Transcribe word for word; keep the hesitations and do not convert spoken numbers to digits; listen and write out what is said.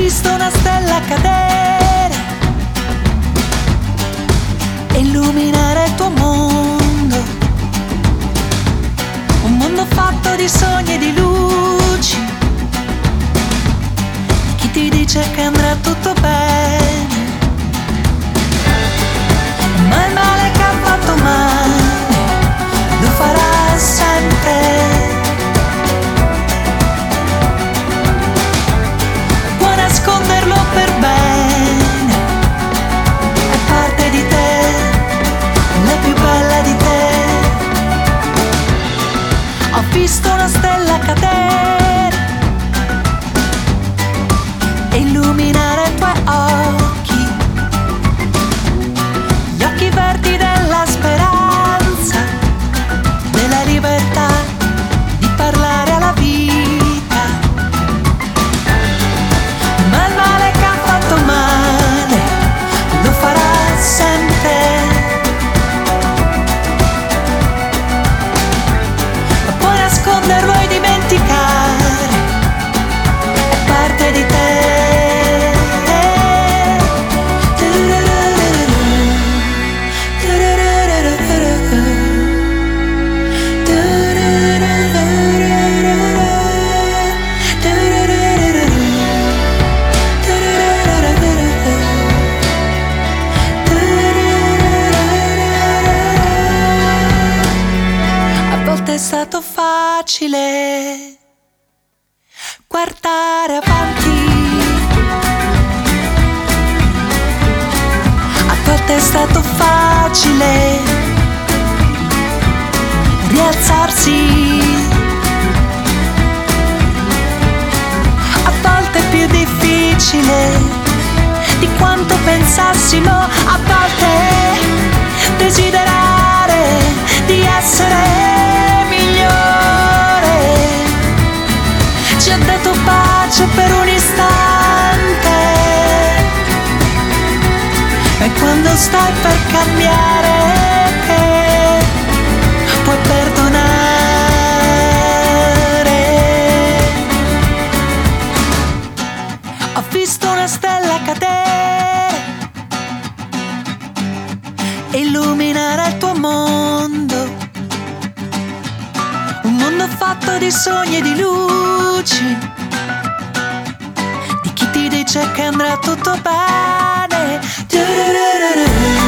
visto una stella cadere e illuminare il tuo mondo, un mondo fatto di sogni e di luci, di chi ti dice che andrà tutto bene, ma il male che ha fatto male lo farà sempre. Puoi nasconderlo per bene, è parte di te, la più bella di te. Ho visto una stella cadere e illuminare i tuoi occhi, gli occhi verdi della speranza, della libertà di parlare alla vita. Ma il male che ha fatto male lo farà sempre. Ma puoi nasconderlo e dimenticare, è parte di te. A volte è stato facile guardare avanti, a volte è stato facile rialzarsi, a volte è più difficile di quanto pensassimo, a volte desiderare di essere migliore ci ha dato pace per un istante, e quando stai per cambiare puoi perdonare. Ho visto una stella cadere e illuminare il tuo mondo, un mondo fatto di sogni e di luci, di chi ti dice che andrà tutto bene.